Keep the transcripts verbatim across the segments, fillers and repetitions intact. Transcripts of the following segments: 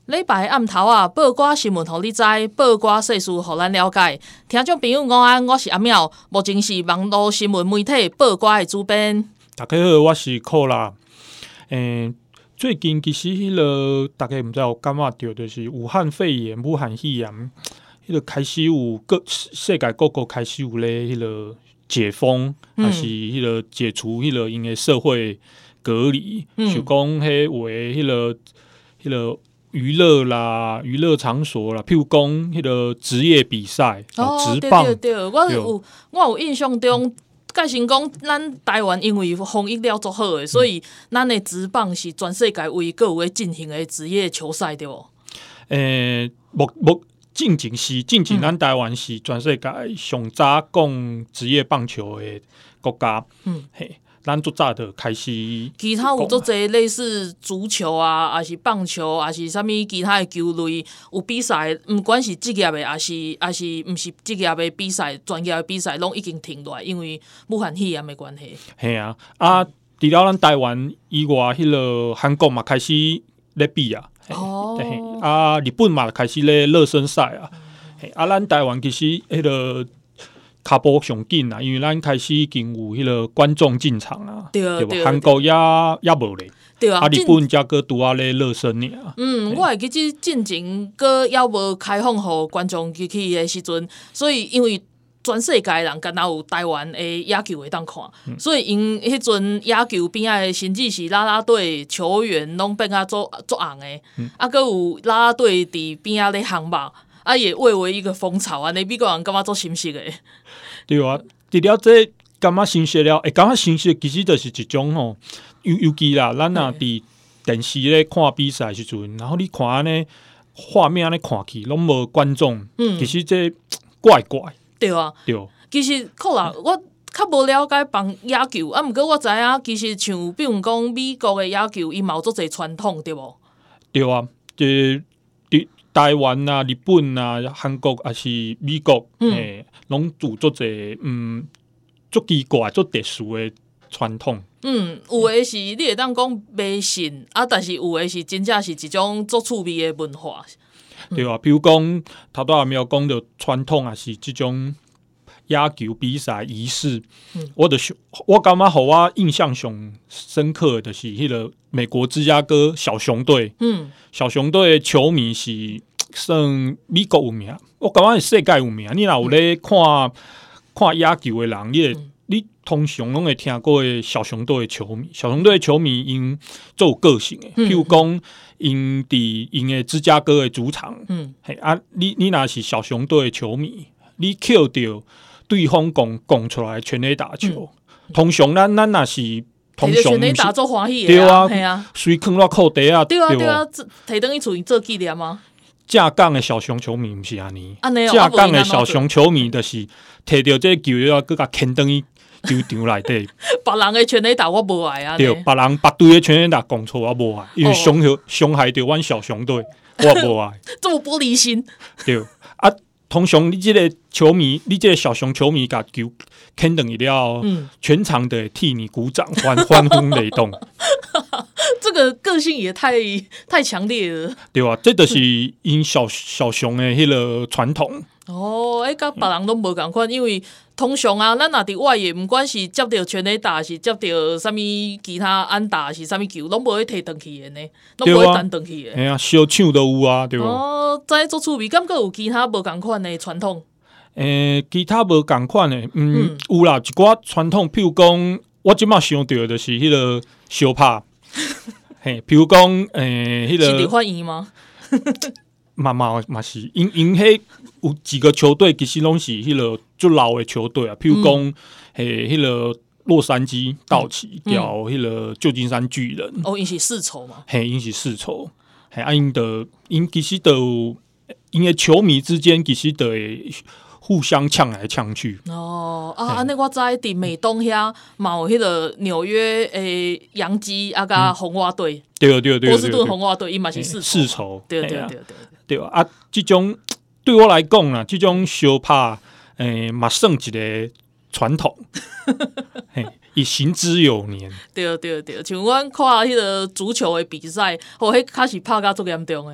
礼拜暗头啊，报歌新闻，互你知，报歌世事，互咱了解。听众朋友午安，我是阿妙，目前是网络新闻媒体报歌的主编。 大家好，我是寇啦。诶、欸，最近其实迄、那个大家毋知有感觉到，就是武汉肺炎、武汉肺炎，迄、那个开始有各世界各国开始有咧，迄个解封，还是迄个解除迄个因的社会隔离，就讲迄有诶迄个迄个。娱乐啦，娱乐场所啦，譬如讲迄个职业比赛， 哦， 职棒， 对对对，我有我有印象中，介先讲咱台湾因为防疫了足好诶，所以咱的职棒是全世界唯一个有进行的职业球赛，对无？ 诶、欸，目目进前是进前，咱台湾是全世界上早讲职业棒球的国家，嗯，嘿。咱最早就开始， 其他有足侪类似足球啊，还是棒球，还是啥物其他的球类有比赛，不管是职业的，还是还是不是职业的比赛，专业的比赛，拢已经停落来，因为武汉肺炎的关系。 系啊，啊，除了咱台湾以外，迄个韩国嘛开始咧比啊，哦，啊，日本嘛开始咧热身赛啊，嗯、啊，咱台湾其实迄、那个。脚步上紧啊，因为咱开始已经有迄个观众进场啊， 对对吧？韩国也也无咧， 对啊， 啊，日本才搁拄啊咧热身尔。 嗯，我会记即进前搁还无开放互观众进去的时阵，所以因为全世界人敢若有台湾的野球会当看，嗯、所以因迄阵野球边仔的甚至是啦啦队球员拢变啊做做红的，嗯、啊，搁有啦啦队伫边仔咧烘肉。啊，也蔚为一个风潮啊！你美国人感觉做新式诶， 对啊，除了这感觉新式了，会感觉新式其实就是一种吼，尤尤其啦，咱若伫电视咧看比赛时阵，然后你看安尼画面安尼看起，拢无观众，嗯、其实这怪怪。 对啊， 对， 其实可能我较无了解棒野球，啊，毋过我知影，其實像比如講美國嘅野球，伊嘛有足儕傳統，對無？ 對啊，即台灣啊、日本啊、韓國還是美國，誒，攏有足儕嗯，足奇怪、足特殊的傳統。 嗯，有誒是你會當講迷信啊，但是有誒是真正是一種足趣味的文化。 嗯、對啊，比如講頭拄仔沒有講到傳統，還是這種野球比賽儀式。嗯、我的我感覺互我印象上深刻的是迄個美國芝加哥小熊隊。嗯，小熊隊球迷是算美國有名，我感覺是世界有名。你若有咧看、嗯、看野球的人，你、嗯、你通常攏會聽過的小熊隊的球迷。小熊隊的球迷因做有個性的，嗯、譬如講因佇因的芝加哥的主場，嗯，嘿啊，你你若是小熊隊的球迷，你扣到對方講講出來全壘打球，嗯、通常咱咱若是。通常全壘打做歡喜的啊，係啊， 隨囥落褲底啊， 對啊對啊，摕等於厝做紀念啊。 正港的小熊球迷唔是安尼， 正港的小熊球迷就是摕到這球要擱甲牽等於球場內底。 別人的全壘打我無愛啊， 對，別人別隊的全壘打講錯我無愛，因為傷害傷害到阮小熊隊，我無愛。 這麼玻璃心。 對啊。通常你這個球迷，你這個小熊球迷，甲球牽等一了，嗯、全場的替你鼓掌，歡歡呼雷動。 這個個性也太太強烈了， 對啊，這就是因小小熊的迄個傳統。 哦，誒，甲別人都無共款，因為通常啊，咱若佇外野，毋管是接到全壘打，是接到啥物其他安打，是啥物球，攏無會摕轉去的呢，攏無會彈轉去的。 係啊，小搶都有啊，對吧？ 哦，在做趣味，敢閣有其他無共款的傳統？ 誒，其他無共款的，嗯，嗯有啦，一寡傳統，譬如講，我即馬想到的是迄個相拍，嘿，譬如講，誒、呃，迄、那個是佇歡迎嗎？ 嘛嘛嘛是，因因迄有幾個球隊其實攏是迄個最老的球隊啊，譬如講，誒，迄個洛杉磯道奇調迄個舊金山巨人， 哦，因是世仇嘛， 嘿，因是世仇，嘿，啊，因的因其實都因為球迷之間其實都會互相嗆來嗆去。哦， 啊，安尼我知佇美東遐嘛有迄個紐約誒洋基啊甲紅襪隊， 對對對， 波士頓紅襪隊伊嘛是世世仇， 對對對對。 對啊，啊，這種對我來講啦，這種相拍，誒，嘛算一個傳統，嘿，伊行之有年。 對對對，像阮看迄個足球的比賽，哦，迄開始拍甲足嚴重誒。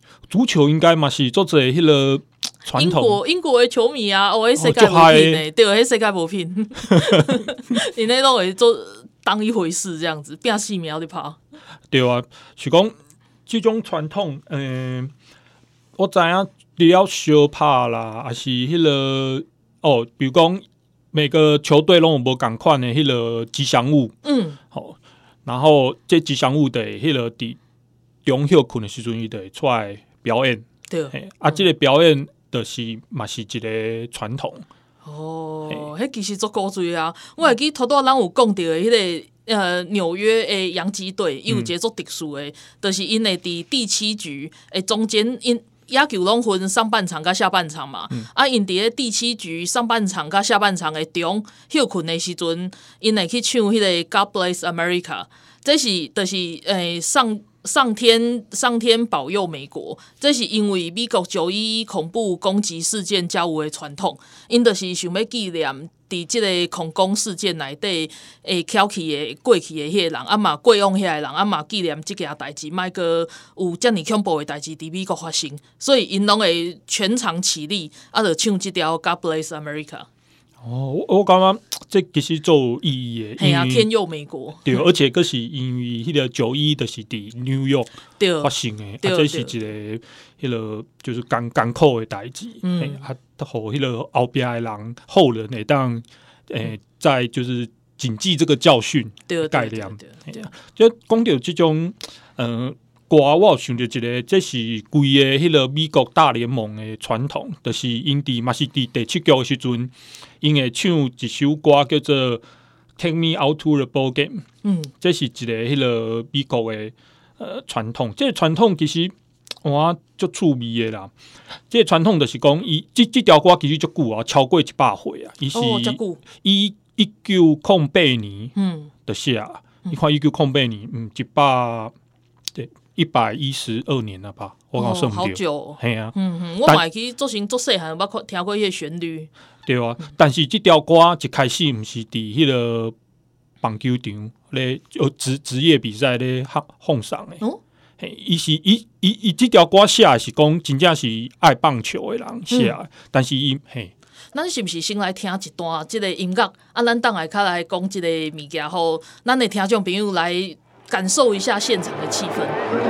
足球应该嘛是做者迄个传统。 英国英国的球迷啊，哦，迄世界无品诶，对，迄世界无品，因那拢会做当一回事这样子，拼死命的跑。 对啊，是讲这种传统，嗯、呃，我知影你要相拍啦，还是迄、那个哦，比如讲每个球队拢有无共款的迄个吉祥物，嗯，好，然后这吉祥物的迄个伫中休困的时阵，伊就会出来表演， 对， 啊，嗯、这个表演就是嘛是一个传统。 哦，迄其实足古锥啊！我会记头拄咱有讲到的迄、那个呃纽约的洋基队，伊有一个足特殊的，嗯、就是因为伫第七局诶中间因。野球拢分上半场甲下半场嘛，嗯、啊，因伫咧第七局上半场甲下半场的中休困的时阵，因会去唱迄个 God Bless America， 这是就是诶上上天上天保佑美国，这是因为美国九一一恐怖攻击事件较有的传统，因就是想要纪念。伫即个恐攻事件内底，会翘起的过去的迄个人，啊嘛过往遐个人，啊嘛纪念即件代志，莫个有遮尔恐怖的代志伫美国发生，所以因拢会全场起立，啊，就唱即条 God Bless America。 哦，我我感觉这其实做有意义的， 系啊，天佑美国。 对，而且佫是因为迄个九一就是伫纽约发生的，啊，这是一个迄个就是艰艰苦的代志，嗯，啊，互迄个后壁的人后人会当诶，在就是谨记这个教训概念。就讲到这种嗯。歌我有想到一个，这是规个迄个美国大联盟的传统，就是因伫嘛是伫第七局的时阵，因会唱一首歌叫做《Take Me Out to the Ball Game》。嗯，这是一个迄个美国的呃传统。这个传统其实哇足趣味的啦。这个传统就是讲，伊这这条歌其实足久啊，超过一百岁啊。伊是伊一九空八年嗯的写，你看一九空八年嗯一百对。一百一十二年了吧，我讲算唔对， 好久， 系啊， 嗯嗯，我嘛去做成做细汉，捌听过迄个旋律， 对啊，嗯、但是这条歌一开始唔是伫迄个棒球场咧，职职业比赛咧放上诶，哦，嘿，伊是伊伊伊这条歌写是讲真正是爱棒球的人写，嗯、但是伊嘿。 咱是不是先来听一段这个音乐？啊，咱等下较来讲这个物件，互咱的听众朋友来。感受一下现场的气氛。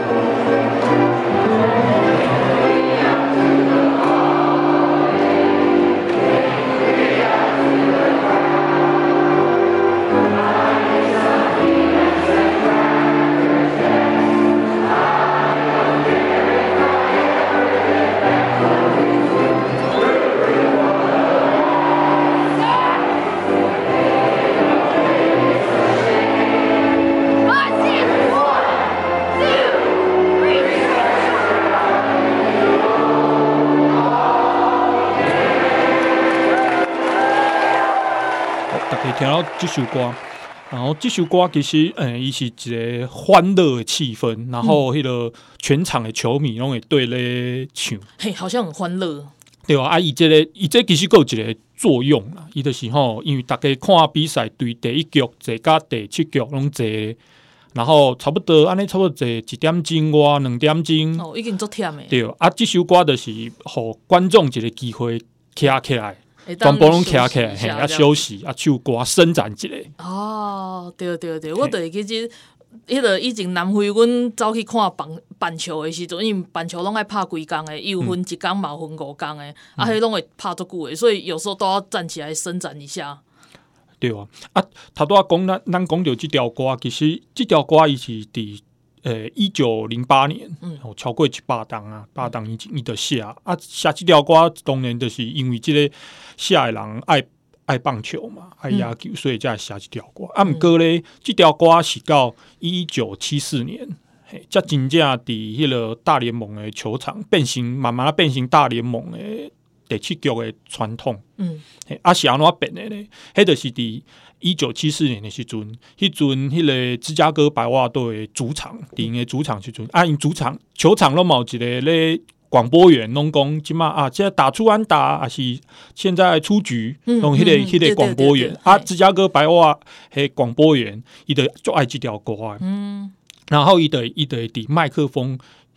听到这首歌，然后这首歌其实诶，伊、嗯、是一个欢乐的气氛，然后迄个全场的球迷拢会对咧唱， 嘿，好像很欢乐， 对啊，啊，伊这个伊这其实有一个作用啦，伊就是吼，因为大家看比赛对第一局坐甲第七局拢坐，然后差不多安尼差不多坐一点钟外两点钟， 哦，已经足忝诶， 对啊，这首歌就是互观众一个机会徛起来。全部拢徛起来，嘿，啊休息，啊唱歌伸展一下。 哦，对对对，我就是其实，迄个以前南非，阮走去看棒棒球的时阵，因为棒球拢爱拍几工的，伊有分一工嘛，有分五工的，嗯、啊，迄拢会拍足久的，所以有时候都要站起来伸展一下。 对啊，啊，头拄仔讲咱咱讲到这条歌，其实这条歌伊是伫。诶，一九零八年，嗯，超过一百档啊，百档已经伊就写啊，写这条歌当然就是因为这个写的人爱爱棒球嘛，爱野球，嗯、所以才写这条歌。啊，毋过咧，这条歌是到一九七四年，嘿，才真正伫迄个大联盟的球场变成慢慢变成大联盟的第七局的传统。嗯，啊是安怎变的咧？迄就是伫。一九七四年的时阵，迄阵迄个芝加哥白袜队的主场，顶的主场时阵，啊，因主场球场拢有一个咧广播员拢讲，即马啊，现在打出安打，还是现在出局，用迄个迄个广播员啊，芝加哥白袜迄广播员，伊就就爱这条歌啊，嗯，然后伊就伊就伫麦克风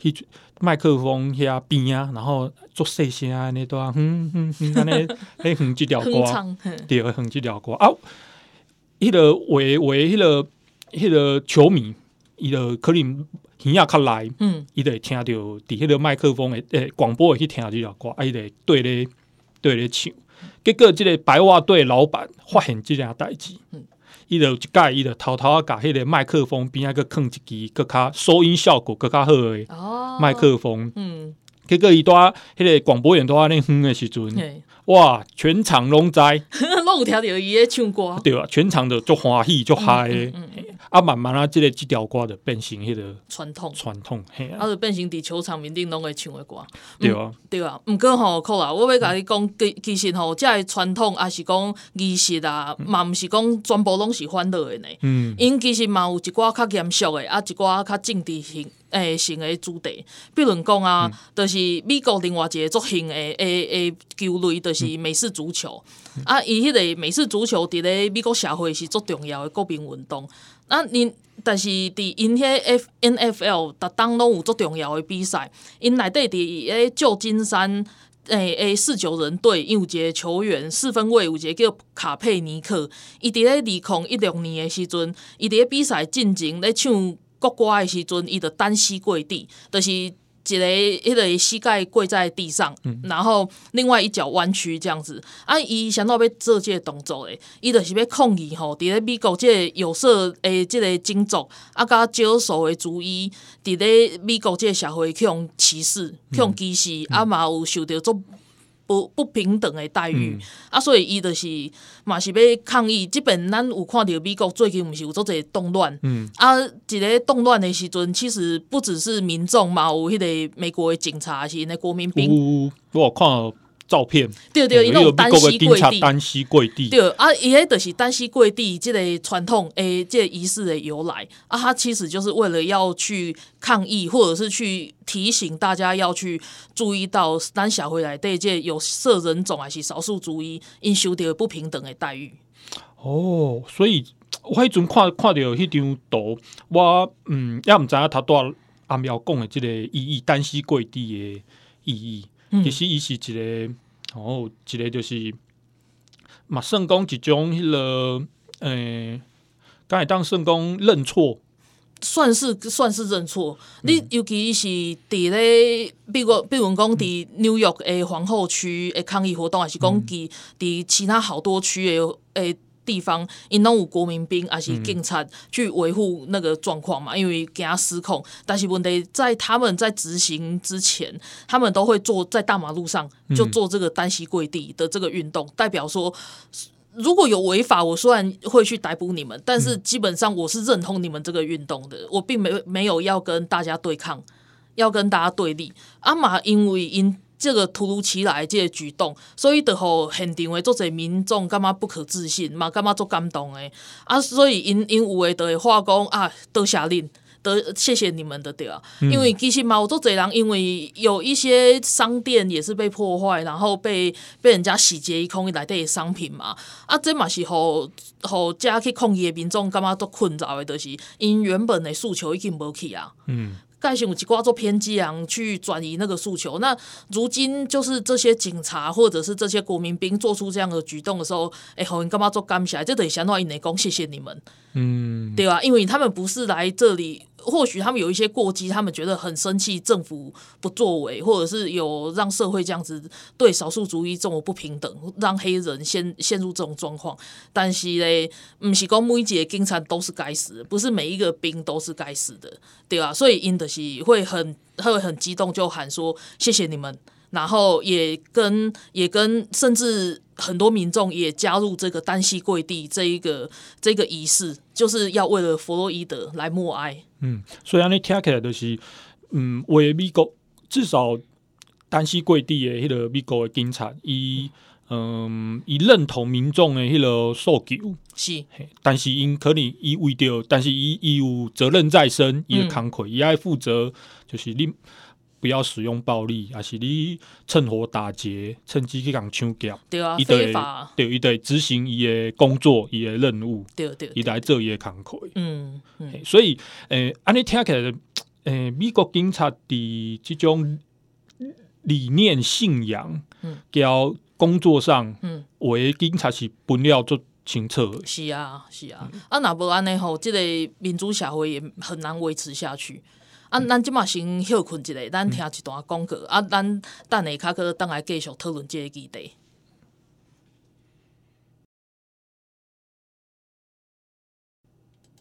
迄麦克风遐边啊，然后做细声安尼都啊，哼哼哼，安尼咧哼即条歌，对，哼即条歌啊。迄、那个为为迄个迄个球迷，伊就可能耳仔较来，嗯，伊就会听到伫迄个麦克风的诶广播会去听即条歌，啊，伊就会对咧对咧唱。结果即个白袜队老板发现即件代志，嗯。伊就一届，伊就偷偷啊，甲迄个麦克风边仔个放一支，更较收音效果更较好诶麦克风。哦、嗯，结果伊在迄个广播员在安尼哼诶时阵，哇，全场拢知， 拢有听到伊咧唱歌， 对啊，全场就足欢喜足嗨诶。嗯嗯嗯嗯、啊，慢慢啊，即、這个即条歌就变成迄个传统传统，嘿啊，就变成伫球场面顶拢会唱诶歌。 对啊，嗯、 对啊。毋过吼，可啦，我要甲你讲，其其实吼，即个传统也是讲仪式啊，嘛毋是讲全部拢是欢乐诶呢。嗯，因其实嘛有一寡较严肃诶，啊，一寡较政治性。诶，性诶主题，比如讲啊，嗯、就是美国另外一个足兴诶诶诶球类，就是美式足球。嗯、啊，伊迄个美式足球伫咧美国社会是足重要诶国民运动。啊，因但是伫因迄 N F L 逐档拢有足重要诶比赛，因内底伫诶旧金山。诶诶，四九人队因有一个球员四分卫有一个叫卡佩尼克，伊伫咧二零一六年诶时阵，伊伫咧比赛进前咧唱。国歌的时阵，伊就单膝跪地，就是一个迄个膝盖跪在地上，嗯、然后另外一脚弯曲这样子。啊，伊想到要做这个动作诶，伊就是要抗议吼，伫咧美国这个有色诶这个种族啊，甲少数的族裔，伫咧美国这个社会去用歧视、去用歧视，嗯、啊嘛有受到做。不不平等的待遇、嗯、啊，所以伊就是嘛是要抗议。即边咱有看到美国最近毋是有做一个动乱，嗯、啊，一个动乱的时阵，其实不只是民众嘛，有迄个美国的警察是那国民兵。 我有看到照片， 对对，伊那种单膝跪地， 单膝跪地， 对啊，伊迄就是单膝跪地这个传统诶，这个仪式的由来啊，它其实就是为了要去抗议，或者是去提醒大家要去注意到咱社会内底这有色人种还是少数族裔因受到不平等的待遇。 哦，所以我迄阵看看到迄张图，我嗯也毋知影他多阿苗讲的这个意义，单膝跪地的意义。其实伊是一个，哦，一个就是嘛，算讲一种迄、那个，诶、欸，敢会当算讲认错， 算是算是认错。嗯、你尤其是伫咧，比如比如讲伫纽约诶皇后区诶抗议活动，还是讲伫伫其他好多区诶诶。地方因拢有国民兵还是警察去维护那个状况嘛，因为惊失控。但是问题在他们在执行之前，他们都会做在大马路上就做这个单膝跪地的这个运动，代表说如果有违法，我虽然会去逮捕你们，但是基本上我是认同你们这个运动的，我并没没有要跟大家对抗，要跟大家对立。啊嘛，因为因。这个突如其来的这个举动，所以就互现场的足侪民众感觉不可置信，嘛感觉足感动的啊，所以因因有的就会话讲啊，多谢恁，多谢谢你们的对啊，嗯、因为其实嘛有足侪人，因为有一些商店也是被破坏，然后被被人家洗劫一空内底的商品嘛，啊，这嘛是互互遮去抗议的民众感觉足困扰的，就是因原本的诉求已经无去啊，嗯。盖上有一寡做偏激人去转移那个诉求，那如今就是这些警察或者是这些国民兵做出这样的举动的时候，哎，好人干嘛做感谢？这等于想到因来讲谢谢你们，嗯，对吧？因为他们不是来这里，或许他们有一些过激，他们觉得很生气，政府不作为，或者是有让社会这样子对少数族裔这种不平等，让黑人陷陷入这种状况。但是嘞，不是讲每一个警察都是该死的，不是每一个兵都是该死的，对吧？所以因的。会很会很激动，就喊说谢谢你们，然后也跟也跟甚至很多民众也加入这个单膝跪地这一个这个仪式，就是要为了弗洛伊德来默哀。嗯， 所以安尼听起来就是，嗯，为美国至少单膝跪地的迄个美国的警察，伊嗯，伊认同民众的迄个诉求。 是， 但是因可能伊为着，但是伊伊有责任在身，伊的工课，伊爱负责，就是你不要使用暴力，还是你趁火打劫，趁机去共抢劫， 对啊，非法， 对，伊得执行伊的工作，伊的任务， 对对， 伊来做伊的工课， 嗯嗯， 所以，诶，安尼听起来， 诶、欸，美国警察伫这种理念信仰，嗯，交工作上，嗯，有的警察是分了做清楚的。 是啊，是啊，嗯、啊，若无安尼吼，这个民主社会也很难维持下去。啊，咱即马先休困一下，咱听一段广告，嗯、啊，咱等下较去等来继续讨论这个议题。